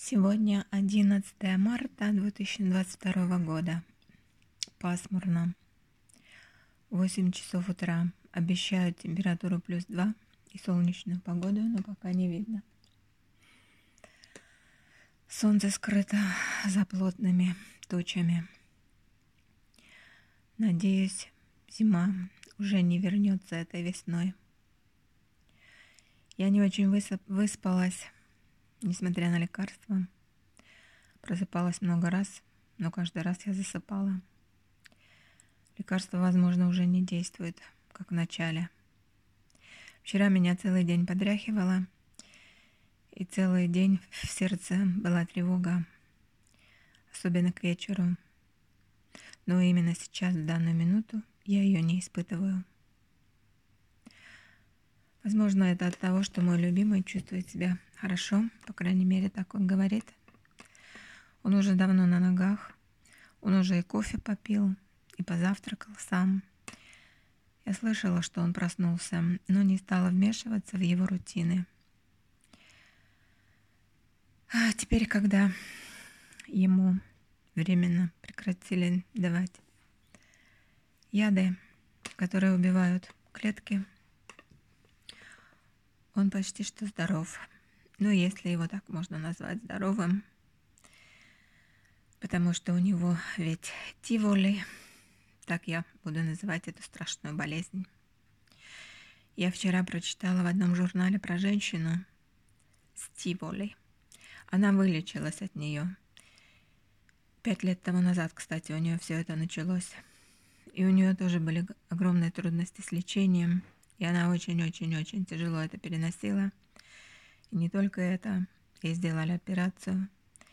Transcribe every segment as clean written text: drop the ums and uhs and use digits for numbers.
Сегодня 11 марта 2022 года. Пасмурно. 8 часов утра. Обещают температуру +2 и солнечную погоду, но пока не видно. Солнце скрыто за плотными тучами. Надеюсь, зима уже не вернется этой весной. Я не очень выспалась, несмотря на лекарства. Просыпалась много раз, но каждый раз я засыпала. Лекарство, возможно, уже не действует, как в начале. Вчера меня целый день подряхивало, и целый день в сердце была тревога, особенно к вечеру. Но именно сейчас, в данную минуту, я ее не испытываю. Возможно, это от того, что мой любимый чувствует себя хорошо, по крайней мере, так он говорит. Он уже давно на ногах, он уже и кофе попил, и позавтракал сам. Я слышала, что он проснулся, но не стала вмешиваться в его рутины. А теперь, когда ему временно прекратили давать яды, которые убивают клетки, он почти что здоров. Ну, если его так можно назвать здоровым, потому что у него ведь тиволи, так я буду называть эту страшную болезнь. Я вчера прочитала в одном журнале про женщину с тиволи. Она вылечилась от нее. 5 лет тому назад, кстати, у нее все это началось. И у нее тоже были огромные трудности с лечением. И она очень-очень-очень тяжело это переносила. И не только это. Ей сделали операцию.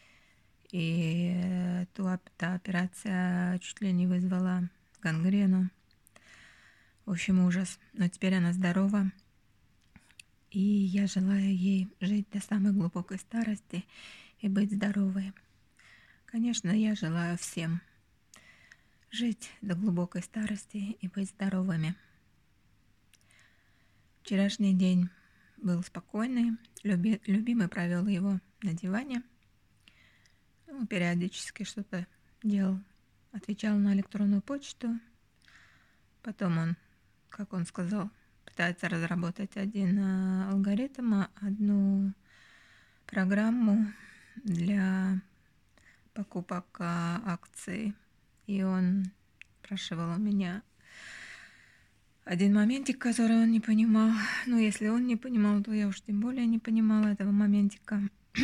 И та операция чуть ли не вызвала гангрену. В общем, ужас. Но теперь она здорова. И я желаю ей жить до самой глубокой старости и быть здоровой. Конечно, я желаю всем жить до глубокой старости и быть здоровыми. Вчерашний день был спокойный. Любимый провел его на диване. Он периодически что-то делал. Отвечал на электронную почту. Потом он, как он сказал, пытается разработать один алгоритм, одну программу для покупок акций. И он спрашивал у меня один моментик, который он не понимал. Ну, если он не понимал, то я уж тем более не понимала этого моментика.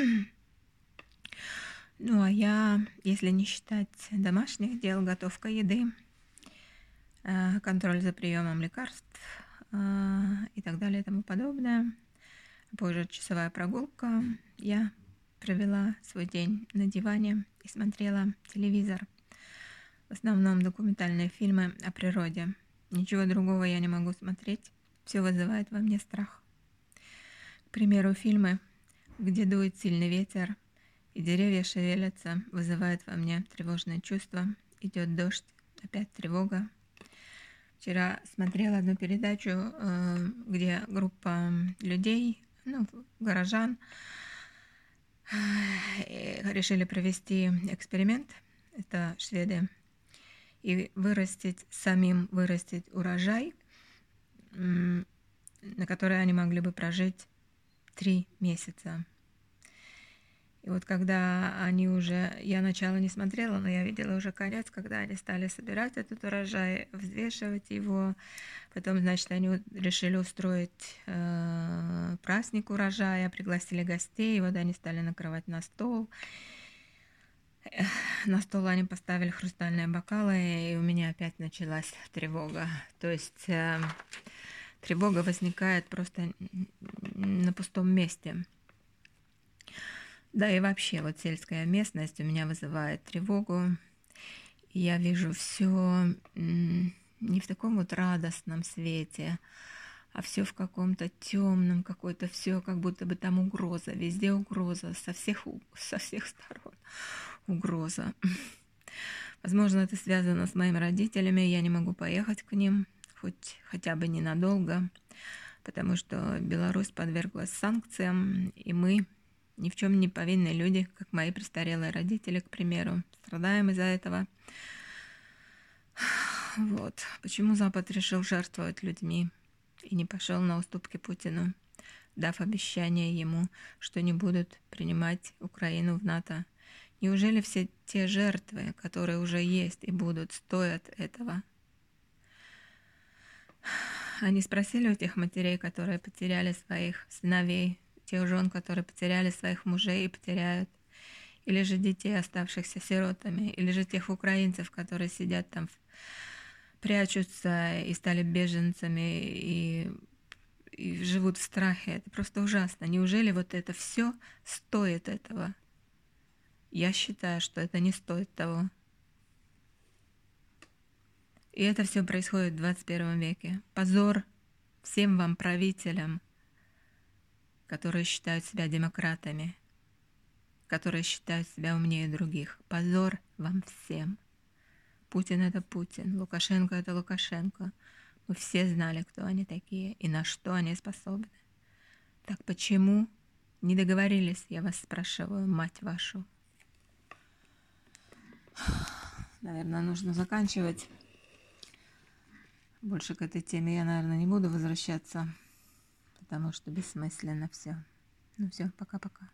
Ну, а я, если не считать домашних дел, готовка еды, контроль за приемом лекарств и так далее и тому подобное, позже часовая прогулка, я провела свой день на диване и смотрела телевизор. В основном документальные фильмы о природе. Ничего другого я не могу смотреть. Все вызывает во мне страх. К примеру, фильмы, где дует сильный ветер и деревья шевелятся, вызывают во мне тревожное чувство. Идет дождь, опять тревога. Вчера смотрела одну передачу, где группа людей, горожан, решили провести эксперимент. Это шведы. И самим вырастить урожай, на который они могли бы прожить 3 месяца. И вот когда я начало не смотрела, но я видела уже конец, когда они стали собирать этот урожай, взвешивать его. Потом, значит, они решили устроить праздник урожая, пригласили гостей, и вот они стали накрывать на стол. На стол они поставили хрустальные бокалы, и у меня опять началась тревога. То есть тревога возникает просто на пустом месте. Да и вообще, вот сельская местность у меня вызывает тревогу. И я вижу все не в таком вот радостном свете, а все в каком-то темном, какой-то все, как будто бы там угроза, везде угроза, со всех сторон угроза. Возможно, это связано с моими родителями, я не могу поехать к ним, хотя бы ненадолго, потому что Беларусь подверглась санкциям, и мы Ни в чем не повинные люди, как мои престарелые родители, к примеру. Страдаем из-за этого. Вот. Почему Запад решил жертвовать людьми и не пошел на уступки Путину, дав обещание ему, что не будут принимать Украину в НАТО? Неужели все те жертвы, которые уже есть и будут, стоят этого? Они спросили у тех матерей, которые потеряли своих сыновей, тех жен, которые потеряли своих мужей и потеряют, или же детей, оставшихся сиротами, или же тех украинцев, которые сидят там, прячутся и стали беженцами и живут в страхе. Это просто ужасно. Неужели вот это все стоит этого? Я считаю, что это не стоит того. И это все происходит в 21 веке. Позор всем вам, правителям, которые считают себя демократами, которые считают себя умнее других. Позор вам всем. Путин — это Путин, Лукашенко — это Лукашенко. Мы все знали, кто они такие и на что они способны. Так почему не договорились, я вас спрашиваю, мать вашу? Наверное, нужно заканчивать. Больше к этой теме я, наверное, не буду возвращаться, потому что бессмысленно все. Ну все, пока-пока.